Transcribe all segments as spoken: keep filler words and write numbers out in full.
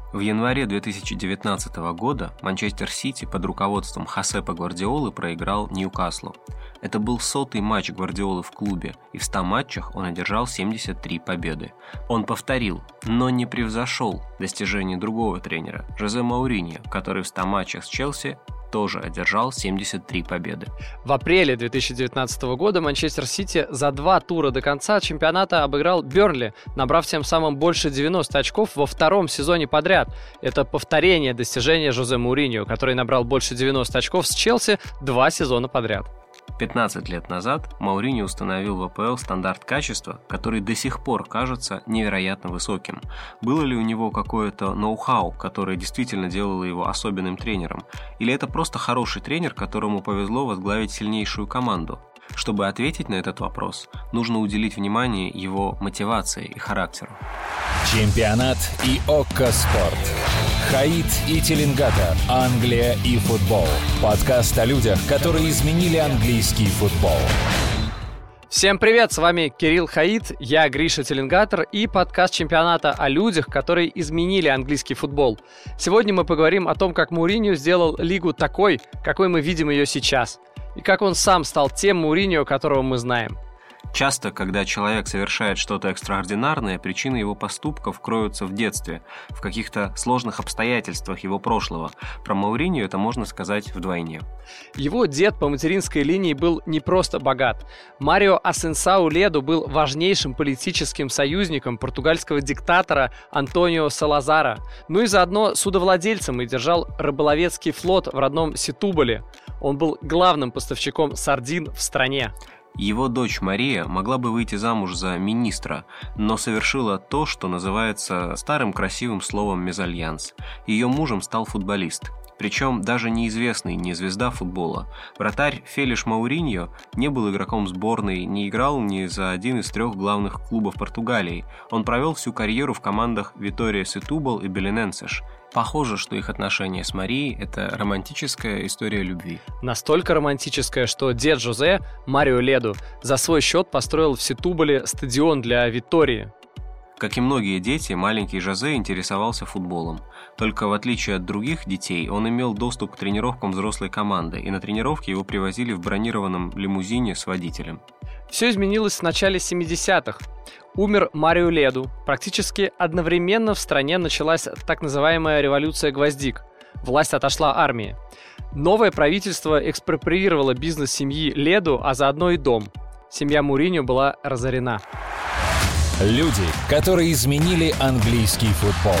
В январе две тысячи девятнадцатого года Манчестер Сити под руководством Хосепа Гвардиолы проиграл Ньюкаслу. Это был сотый матч Гвардиолы в клубе, и в ста матчах он одержал семьдесят три победы. Он повторил, но не превзошел достижения другого тренера, Жозе Мауриньо, который в ста матчах с Челси тоже одержал семьдесят три победы. В апреле две тысячи девятнадцатого года Манчестер Сити за два тура до конца чемпионата обыграл Бернли, набрав тем самым больше девяноста очков во втором сезоне подряд. Это повторение достижения Жозе Мауриньо, который набрал больше девяноста очков с Челси два сезона подряд. пятнадцать лет назад Мауриньо установил в АПЛ стандарт качества, который до сих пор кажется невероятно высоким. Было ли у него какое-то ноу-хау, которое действительно делало его особенным тренером? Или это просто хороший тренер, которому повезло возглавить сильнейшую команду? Чтобы ответить на этот вопрос, нужно уделить внимание его мотивации и характеру. Чемпионат и ОККО Спорт. Хаид и Теленгатор. Англия и футбол. Подкаст о людях, которые изменили английский футбол. Всем привет, с вами Кирилл Хаид, я Гриша Теленгатор и подкаст чемпионата о людях, которые изменили английский футбол. Сегодня мы поговорим о том, как Мауриньо сделал лигу такой, какой мы видим ее сейчас, и как он сам стал тем Мауриньо, которого мы знаем. Часто, когда человек совершает что-то экстраординарное, причины его поступков кроются в детстве, в каких-то сложных обстоятельствах его прошлого. Про Мауриньо это можно сказать вдвойне. Его дед по материнской линии был не просто богат. Марио Асенсау Леду был важнейшим политическим союзником португальского диктатора Антонио Салазара, ну и заодно судовладельцем, и держал рыболовецкий флот в родном Сетубале. Он был главным поставщиком сардин в стране. Его дочь Мария могла бы выйти замуж за министра, но совершила то, что называется старым красивым словом мезальянс. Ее мужем стал футболист. Причем даже неизвестный, не звезда футбола. Вратарь Фелиш Мауриньо не был игроком сборной, не играл ни за один из трех главных клубов Португалии. Он провел всю карьеру в командах Витория Сетубал и Белиненсеш. Похоже, что их отношения с Марией – это романтическая история любви. Настолько романтическая, что дед Жозе, Марио Леду, за свой счет построил в Сетубале стадион для Витории. Как и многие дети, маленький Жозе интересовался футболом. Только в отличие от других детей, он имел доступ к тренировкам взрослой команды, и на тренировки его привозили в бронированном лимузине с водителем. Все изменилось в начале семидесятых. Умер Марио Леду. Практически одновременно в стране началась так называемая революция гвоздик. Власть отошла армии. Новое правительство экспроприировало бизнес семьи Леду, а заодно и дом. Семья Мауриньо была разорена. Люди, которые изменили английский футбол.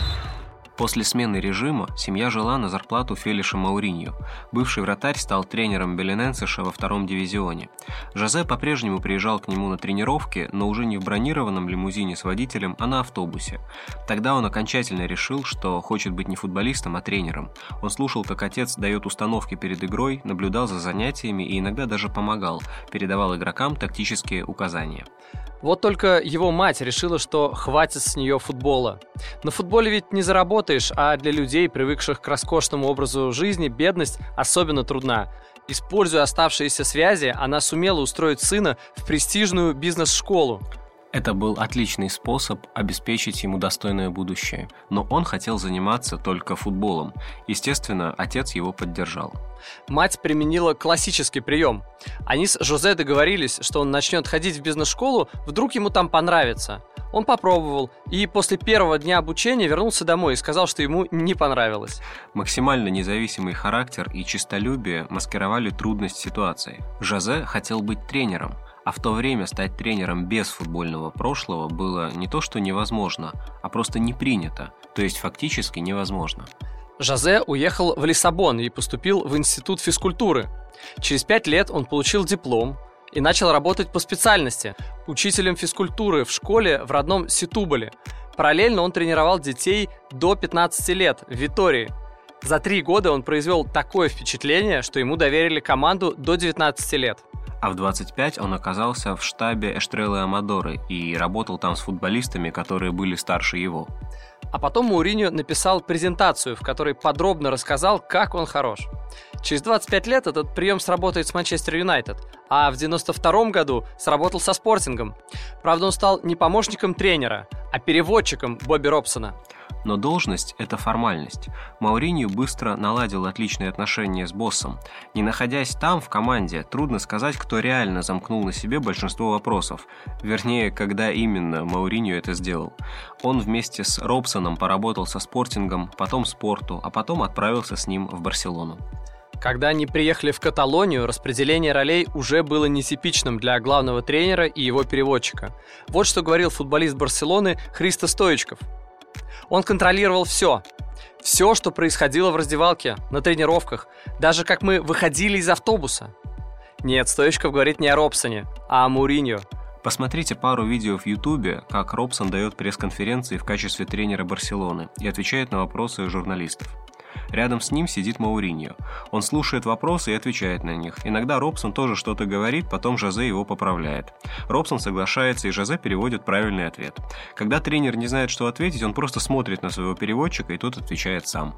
После смены режима семья жила на зарплату Фелиша Мауриньо. Бывший вратарь стал тренером Белиненсеша во втором дивизионе. Жозе по-прежнему приезжал к нему на тренировки, но уже не в бронированном лимузине с водителем, а на автобусе. Тогда он окончательно решил, что хочет быть не футболистом, а тренером. Он слушал, как отец дает установки перед игрой, наблюдал за занятиями и иногда даже помогал, передавал игрокам тактические указания. Вот только его мать решила, что хватит с нее футбола. На футболе ведь не заработаешь, а для людей, привыкших к роскошному образу жизни, бедность особенно трудна. Используя оставшиеся связи, она сумела устроить сына в престижную бизнес-школу. Это был отличный способ обеспечить ему достойное будущее, но он хотел заниматься только футболом. Естественно, отец его поддержал. Мать применила классический прием. Они с Жозе договорились, что он начнет ходить в бизнес-школу, вдруг ему там понравится. Он попробовал, и после первого дня обучения вернулся домой и сказал, что ему не понравилось. Максимально независимый характер и честолюбие маскировали трудность ситуации. Жозе хотел быть тренером. А в то время стать тренером без футбольного прошлого было не то что невозможно, а просто не принято, то есть фактически невозможно. Жозе уехал в Лиссабон и поступил в институт физкультуры. Через пять лет он получил диплом и начал работать по специальности – учителем физкультуры в школе в родном Сетубале. Параллельно он тренировал детей до пятнадцати лет в Витории. За три года он произвел такое впечатление, что ему доверили команду до девятнадцати лет. А в двадцать пять он оказался в штабе Эштрелы Амадоры и работал там с футболистами, которые были старше его. А потом Мауриньо написал презентацию, в которой подробно рассказал, как он хорош. Через двадцать пять лет этот прием сработает с Манчестер Юнайтед, а в девяносто втором году сработал со Спортингом. Правда, он стал не помощником тренера, а переводчиком Бобби Робсона. Но должность – это формальность. Мауриньо быстро наладил отличные отношения с боссом. Не находясь там, в команде, трудно сказать, кто реально замкнул на себе большинство вопросов. Вернее, когда именно Мауриньо это сделал. Он вместе с Робсоном поработал со Спортингом, потом с Порту, а потом отправился с ним в Барселону. Когда они приехали в Каталонию, распределение ролей уже было нетипичным для главного тренера и его переводчика. Вот что говорил футболист Барселоны Христо Стоичков. Он контролировал все. Все, что происходило в раздевалке, на тренировках, даже как мы выходили из автобуса. Нет, Стоичков говорит не о Робсоне, а о Мауриньо. Посмотрите пару видео в Ютубе, как Робсон дает пресс-конференции в качестве тренера Барселоны и отвечает на вопросы журналистов. Рядом с ним сидит Мауриньо. Он слушает вопросы и отвечает на них. Иногда Робсон тоже что-то говорит, потом Жозе его поправляет. Робсон соглашается, и Жозе переводит правильный ответ. Когда тренер не знает, что ответить, он просто смотрит на своего переводчика, и тот отвечает сам.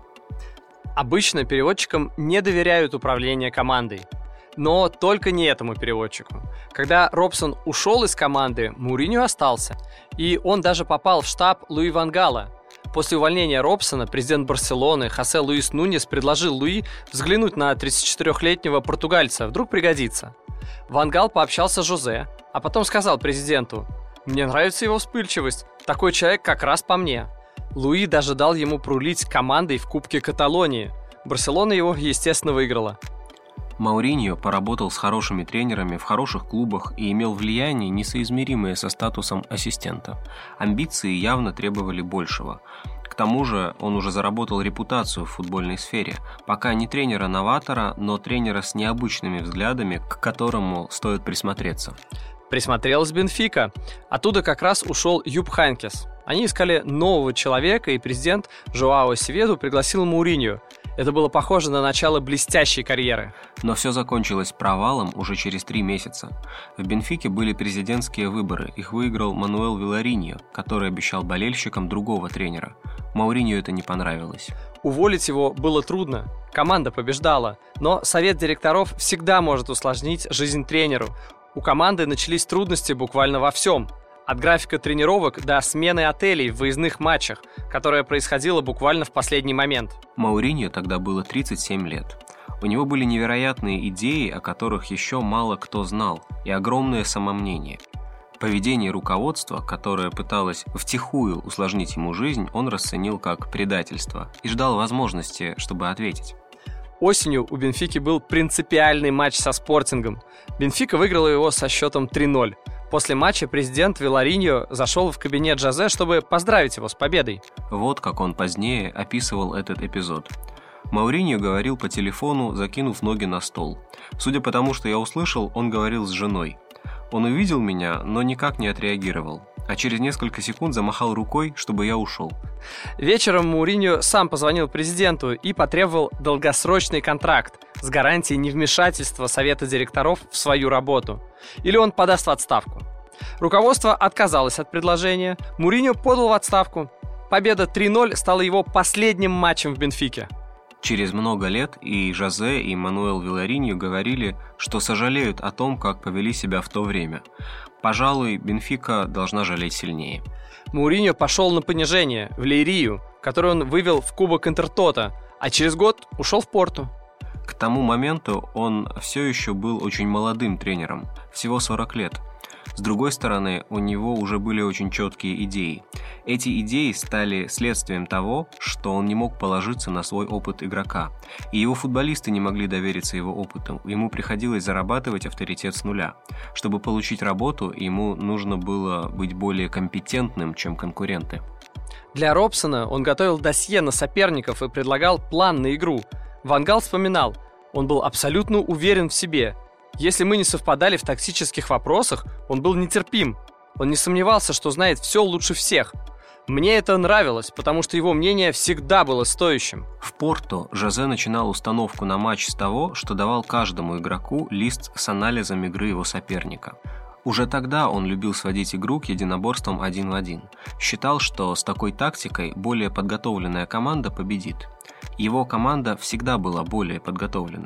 Обычно переводчикам не доверяют управление командой. Но только не этому переводчику. Когда Робсон ушел из команды, Мауриньо остался. И он даже попал в штаб Луи ван Гала. После увольнения Робсона президент Барселоны Хосе Луис Нуньес предложил Луи взглянуть на тридцатичетырёхлетнего португальца, вдруг пригодится. Ван Гал пообщался с Жозе, а потом сказал президенту: «Мне нравится его вспыльчивость, такой человек как раз по мне». Луи даже дал ему прулить командой в Кубке Каталонии. Барселона его, естественно, выиграла. Мауриньо поработал с хорошими тренерами в хороших клубах и имел влияние, несоизмеримое со статусом ассистента. Амбиции явно требовали большего. К тому же он уже заработал репутацию в футбольной сфере. Пока не тренера-новатора, но тренера с необычными взглядами, к которому стоит присмотреться. Присмотрелась Бенфика. Оттуда как раз ушел Юп Хайнкес. Они искали нового человека, и президент Жоао Севеду пригласил Мауриньо. Это было похоже на начало блестящей карьеры. Но все закончилось провалом уже через три месяца. В Бенфике были президентские выборы. Их выиграл Мануэл Вилариньо, который обещал болельщикам другого тренера. Мауриньо это не понравилось. Уволить его было трудно. Команда побеждала. Но совет директоров всегда может усложнить жизнь тренеру. У команды начались трудности буквально во всем. От графика тренировок до смены отелей в выездных матчах, которая происходила буквально в последний момент. Мауриньо тогда было тридцать семь лет. У него были невероятные идеи, о которых еще мало кто знал, и огромное самомнение. Поведение руководства, которое пыталось втихую усложнить ему жизнь, он расценил как предательство и ждал возможности, чтобы ответить. Осенью у Бенфики был принципиальный матч со Спортингом. Бенфика выиграла его со счетом три ноль. После матча президент Вилариньо зашел в кабинет Жозе, чтобы поздравить его с победой. Вот как он позднее описывал этот эпизод. Мауриньо говорил по телефону, закинув ноги на стол. Судя по тому, что я услышал, он говорил с женой. Он увидел меня, но никак не отреагировал, а через несколько секунд замахал рукой, чтобы я ушел. Вечером Мауриньо сам позвонил президенту и потребовал долгосрочный контракт с гарантией невмешательства совета директоров в свою работу. Или он подаст в отставку. Руководство отказалось от предложения. Мауриньо подал в отставку. Победа три ноль стала его последним матчем в Бенфике. Через много лет и Жозе, и Мануэл Вилариньо говорили, что сожалеют о том, как повели себя в то время. Пожалуй, Бенфика должна жалеть сильнее. Мауриньо пошел на понижение в Лейрию, которую он вывел в Кубок Интертота, а через год ушел в Порту. К тому моменту он все еще был очень молодым тренером, всего сорок лет. С другой стороны, у него уже были очень четкие идеи. Эти идеи стали следствием того, что он не мог положиться на свой опыт игрока. И его футболисты не могли довериться его опыту. Ему приходилось зарабатывать авторитет с нуля. Чтобы получить работу, ему нужно было быть более компетентным, чем конкуренты. Для Робсона он готовил досье на соперников и предлагал план на игру. Ван Гал вспоминал: он был абсолютно уверен в себе. Если мы не совпадали в тактических вопросах, он был нетерпим. Он не сомневался, что знает все лучше всех. Мне это нравилось, потому что его мнение всегда было стоящим. В Порту Жозе начинал установку на матч с того, что давал каждому игроку лист с анализом игры его соперника. Уже тогда он любил сводить игру к единоборствам один в один. Считал, что с такой тактикой более подготовленная команда победит. Его команда всегда была более подготовленной.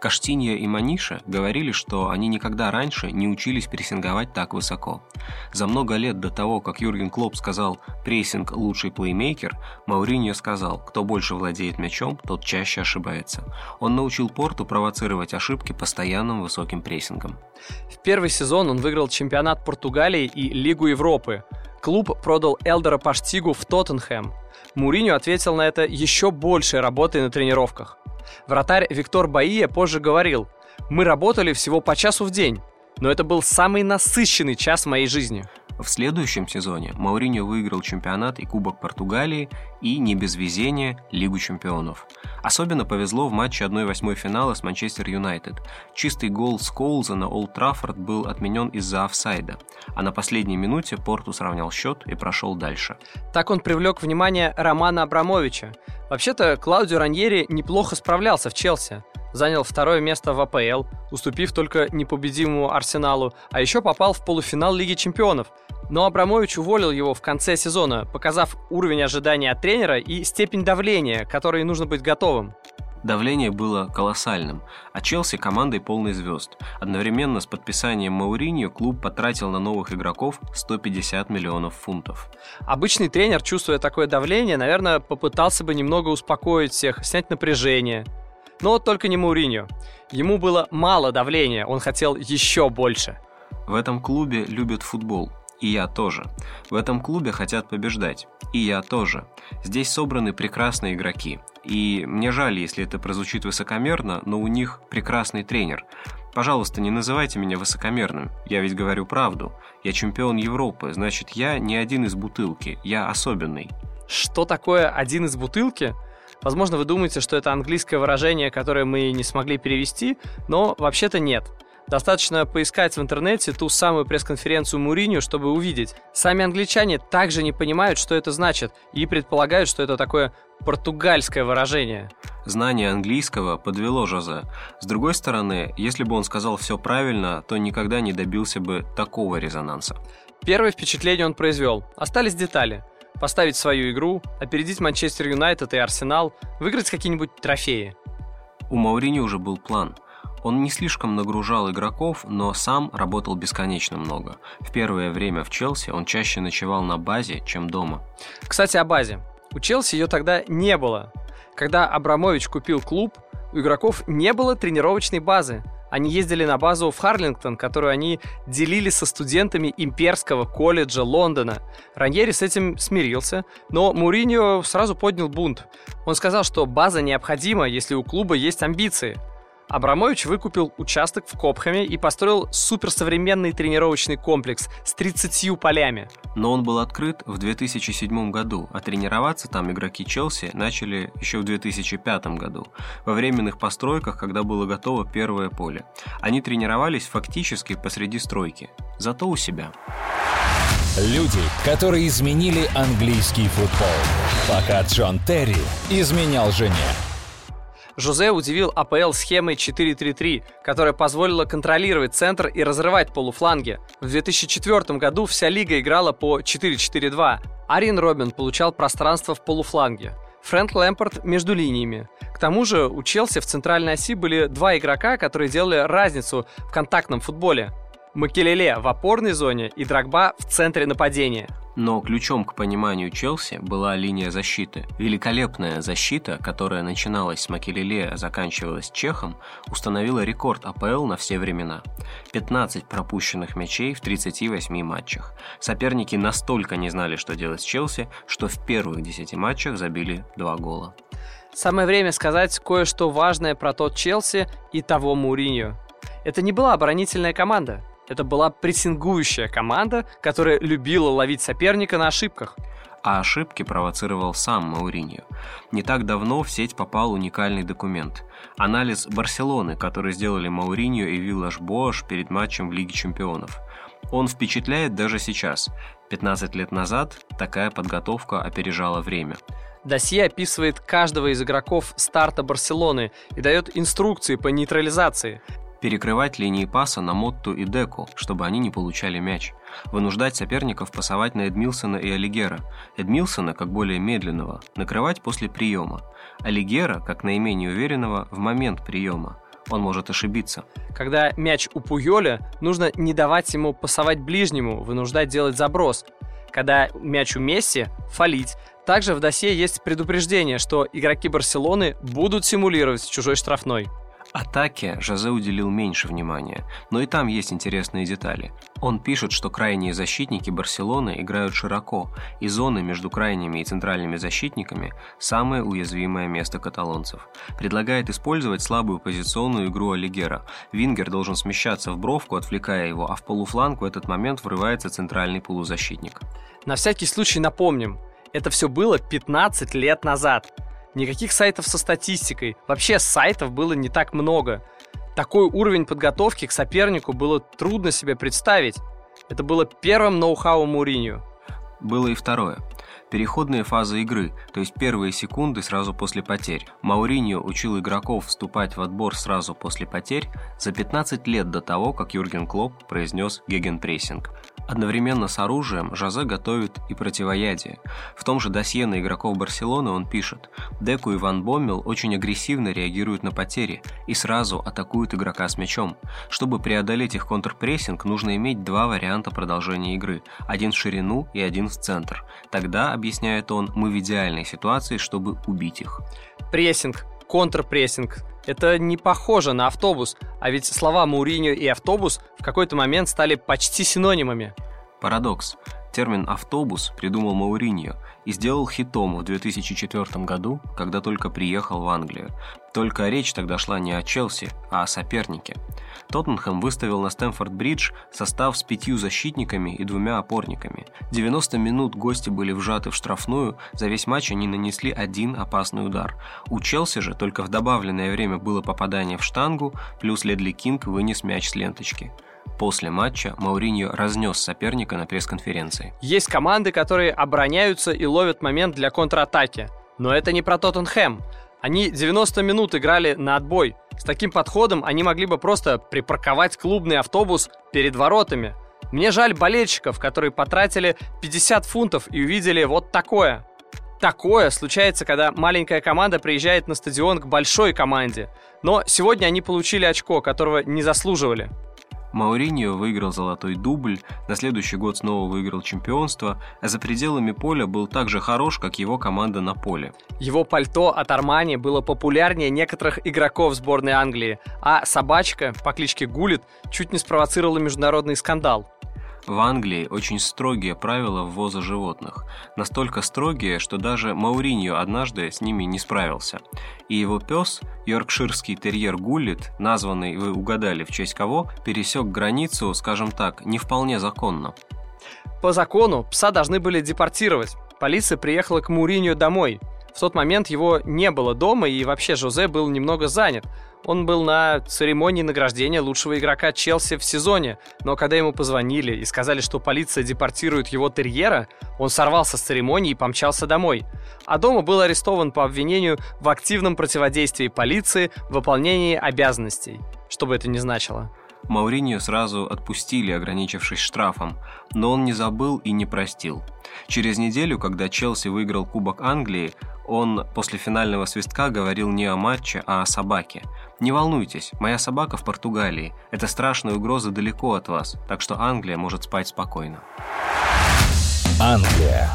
Каштинья и Маниша говорили, что они никогда раньше не учились прессинговать так высоко. За много лет до того, как Юрген Клопп сказал «прессинг – лучший плеймейкер», Мауриньо сказал «кто больше владеет мячом, тот чаще ошибается». Он научил Порту провоцировать ошибки постоянным высоким прессингом. В первый сезон он выиграл чемпионат Португалии и Лигу Европы. Клуб продал Элдера Паштигу в Тоттенхэм. Муриньо ответил на это еще большей работой на тренировках. Вратарь Виктор Баия позже говорил: «Мы работали всего по часу в день, но это был самый насыщенный час в моей жизни». В следующем сезоне Мауриньо выиграл чемпионат и Кубок Португалии и, не без везения, Лигу чемпионов. Особенно повезло в матче одна восьмая финала с Манчестер Юнайтед. Чистый гол Скоулза на Олд Траффорд был отменен из-за офсайда, а на последней минуте Порту сравнял счет и прошел дальше. Так он привлек внимание Романа Абрамовича. Вообще-то Клаудио Раньери неплохо справлялся в Челси. Занял второе место в а пэ эл, уступив только непобедимому Арсеналу, а еще попал в полуфинал Лиги чемпионов. Но Абрамович уволил его в конце сезона, показав уровень ожидания от тренера и степень давления, к которой нужно быть готовым. Давление было колоссальным, а Челси командой полной звезд. Одновременно с подписанием Мауриньо клуб потратил на новых игроков сто пятьдесят миллионов фунтов. Обычный тренер, чувствуя такое давление, наверное, попытался бы немного успокоить всех, снять напряжение. Но только не Мауриньо. Ему было мало давления, он хотел еще больше. В этом клубе любят футбол. И я тоже. В этом клубе хотят побеждать. И я тоже. Здесь собраны прекрасные игроки. И мне жаль, если это прозвучит высокомерно, но у них прекрасный тренер. Пожалуйста, не называйте меня высокомерным. Я ведь говорю правду. Я чемпион Европы, значит, я не один из бутылки. Я особенный. Что такое «один из бутылки»? Возможно, вы думаете, что это английское выражение, которое мы не смогли перевести, но вообще-то нет. Достаточно поискать в интернете ту самую пресс-конференцию Муриньо, чтобы увидеть. Сами англичане также не понимают, что это значит, и предполагают, что это такое португальское выражение. Знание английского подвело Жозе. С другой стороны, если бы он сказал все правильно, то никогда не добился бы такого резонанса. Первое впечатление он произвел. Остались детали. Поставить свою игру, опередить Манчестер Юнайтед и Арсенал, выиграть какие-нибудь трофеи. У Мауриньо уже был план. Он не слишком нагружал игроков, но сам работал бесконечно много. В первое время в Челси он чаще ночевал на базе, чем дома. Кстати, о базе. У Челси ее тогда не было. Когда Абрамович купил клуб, у игроков не было тренировочной базы. Они ездили на базу в Харлингтон, которую они делили со студентами Имперского колледжа Лондона. Раньери с этим смирился, но Муриньо сразу поднял бунт. Он сказал, что база необходима, если у клуба есть амбиции. Абрамович выкупил участок в Копхэме и построил суперсовременный тренировочный комплекс с тридцатью полями. Но он был открыт в две тысячи седьмом году, а тренироваться там игроки Челси начали еще в две тысячи пятом году, во временных постройках, когда было готово первое поле. Они тренировались фактически посреди стройки, зато у себя. Люди, которые изменили английский футбол, пока Джон Терри изменял жене. Жозе удивил а пэ эл схемой четыре три три, которая позволила контролировать центр и разрывать полуфланги. В две тысячи четвёртом году вся лига играла по четыре четыре два. Арjen Робben получал пространство в полуфланге, Фрэнк Лэмпард между линиями. К тому же у Челси в центральной оси были два игрока, которые делали разницу в контактном футболе. Макелеле в опорной зоне и Дрогба в центре нападения. Но ключом к пониманию Челси была линия защиты. Великолепная защита, которая начиналась с Макелеле, а заканчивалась Чехом, установила рекорд а пэ эл на все времена. пятнадцать пропущенных мячей в тридцати восьми матчах. Соперники настолько не знали, что делать с Челси, что в первых десяти матчах забили два гола. Самое время сказать кое-что важное про тот Челси и того Муриньо. Это не была оборонительная команда. Это была прессингующая команда, которая любила ловить соперника на ошибках. А ошибки провоцировал сам Мауриньо. Не так давно в сеть попал уникальный документ. Анализ Барселоны, который сделали Мауриньо и Виллаш-Боаш перед матчем в Лиге чемпионов. Он впечатляет даже сейчас. пятнадцать лет назад такая подготовка опережала время. Досье описывает каждого из игроков старта Барселоны и дает инструкции по нейтрализации. Перекрывать линии паса на Мотту и Деку, чтобы они не получали мяч. Вынуждать соперников пасовать на Эдмилсона и Алигера. Эдмилсона как более медленного накрывать после приема. Алигера как наименее уверенного в момент приема. Он может ошибиться. Когда мяч у Пуйоля, нужно не давать ему пасовать ближнему, вынуждать делать заброс. Когда мяч у Месси, фолить. Также в досье есть предупреждение, что игроки Барселоны будут симулировать чужой штрафной. Атаке Жозе уделил меньше внимания, но и там есть интересные детали. Он пишет, что крайние защитники Барселоны играют широко, и зоны между крайними и центральными защитниками – самое уязвимое место каталонцев. Предлагает использовать слабую позиционную игру Алигера. Вингер должен смещаться в бровку, отвлекая его, а в полуфланг в этот момент врывается центральный полузащитник. На всякий случай напомним, это все было пятнадцать лет назад. Никаких сайтов со статистикой. Вообще сайтов было не так много. Такой уровень подготовки к сопернику было трудно себе представить. Это было первым ноу-хау Мауриньо. Было и второе. Переходные фазы игры, то есть первые секунды сразу после потерь. Мауриньо учил игроков вступать в отбор сразу после потерь за пятнадцать лет до того, как Юрген Клопп произнес гегенпрессинг. Одновременно с оружием Жозе готовит и противоядие. В том же досье на игроков Барселоны он пишет: Деку и Ван Боммел очень агрессивно реагируют на потери и сразу атакуют игрока с мячом. Чтобы преодолеть их контрпрессинг, нужно иметь два варианта продолжения игры. Один в ширину и один в центр. Тогда, объясняет он, мы в идеальной ситуации, чтобы убить их. Прессинг, контрпрессинг. Это не похоже на автобус, а ведь слова Мауриньо и автобус в какой-то момент стали почти синонимами. Парадокс. Термин «автобус» придумал Мауриньо и сделал хитом в две тысячи четвёртом году, когда только приехал в Англию. Только речь тогда шла не о Челси, а о сопернике. Тоттенхэм выставил на Стэмфорд-Бридж состав с пятью защитниками и двумя опорниками. девяносто минут гости были вжаты в штрафную, за весь матч они нанесли один опасный удар. У Челси же только в добавленное время было попадание в штангу, плюс Ледли Кинг вынес мяч с ленточки. После матча Мауриньо разнес соперника на пресс-конференции. Есть команды, которые обороняются и ловят момент для контратаки. Но это не про Тоттенхэм. Они девяносто минут играли на отбой. С таким подходом они могли бы просто припарковать клубный автобус перед воротами. Мне жаль болельщиков, которые потратили пятьдесят фунтов и увидели вот такое. Такое случается, когда маленькая команда приезжает на стадион к большой команде. Но сегодня они получили очко, которого не заслуживали. Мауриньо выиграл золотой дубль, на следующий год снова выиграл чемпионство, а за пределами поля был так же хорош, как его команда на поле. Его пальто от Армани было популярнее некоторых игроков сборной Англии, а собачка по кличке Гулlit чуть не спровоцировала международный скандал. В Англии очень строгие правила ввоза животных. Настолько строгие, что даже Мауриньо однажды с ними не справился. И его пес, йоркширский терьер Гуллит, названный, вы угадали, в честь кого, пересек границу, скажем так, не вполне законно. По закону пса должны были депортировать. Полиция приехала к Мауриньо домой. В тот момент его не было дома, и вообще Жозе был немного занят. Он был на церемонии награждения лучшего игрока Челси в сезоне, но когда ему позвонили и сказали, что полиция депортирует его терьера, он сорвался с церемонии и помчался домой. А дома был арестован по обвинению в активном противодействии полиции в выполнении обязанностей, что бы это ни значило. Мауриньо сразу отпустили, ограничившись штрафом, но он не забыл и не простил. Через неделю, когда Челси выиграл Кубок Англии, он после финального свистка говорил не о матче, а о собаке. «Не волнуйтесь, моя собака в Португалии. Эта страшная угроза далеко от вас, так что Англия может спать спокойно». Англия.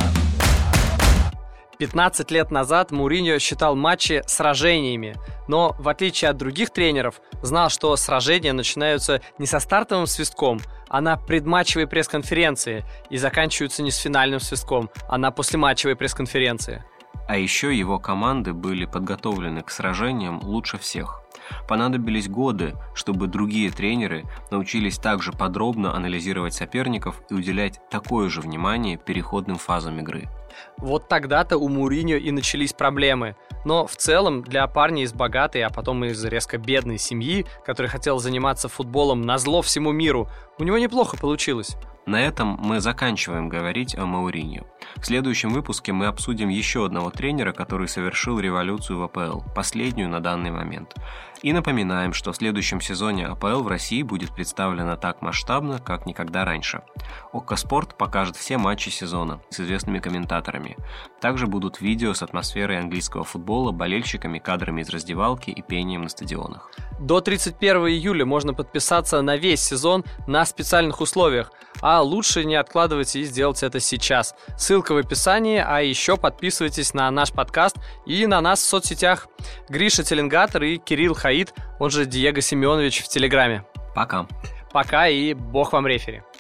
пятнадцать лет назад Мауриньо считал матчи сражениями, но, в отличие от других тренеров, знал, что сражения начинаются не со стартовым свистком, а на предматчевой пресс-конференции, и заканчиваются не с финальным свистком, а на послематчевой пресс-конференции. А еще его команды были подготовлены к сражениям лучше всех. Понадобились годы, чтобы другие тренеры научились также подробно анализировать соперников и уделять такое же внимание переходным фазам игры. Вот тогда-то у Мауриньо и начались проблемы. Но в целом для парня из богатой, а потом из резко бедной семьи, который хотел заниматься футболом назло всему миру, у него неплохо получилось. На этом мы заканчиваем говорить о Мауриньо. В следующем выпуске мы обсудим еще одного тренера, который совершил революцию в АПЛ, последнюю на данный момент. И напоминаем, что в следующем сезоне АПЛ в России будет представлена так масштабно, как никогда раньше. ОККО Спорт покажет все матчи сезона с известными комментаторами. Также будут видео с атмосферой английского футбола, болельщиками, кадрами из раздевалки и пением на стадионах. До тридцать первого июля можно подписаться на весь сезон на специальных условиях, а лучше не откладывайте и сделать это сейчас. Ссылка в описании, а еще подписывайтесь на наш подкаст и на нас в соцсетях. Гриша Теленгатор и Кирилл Хаид, он же Диего Семенович в Телеграме. Пока. Пока и бог вам рефери.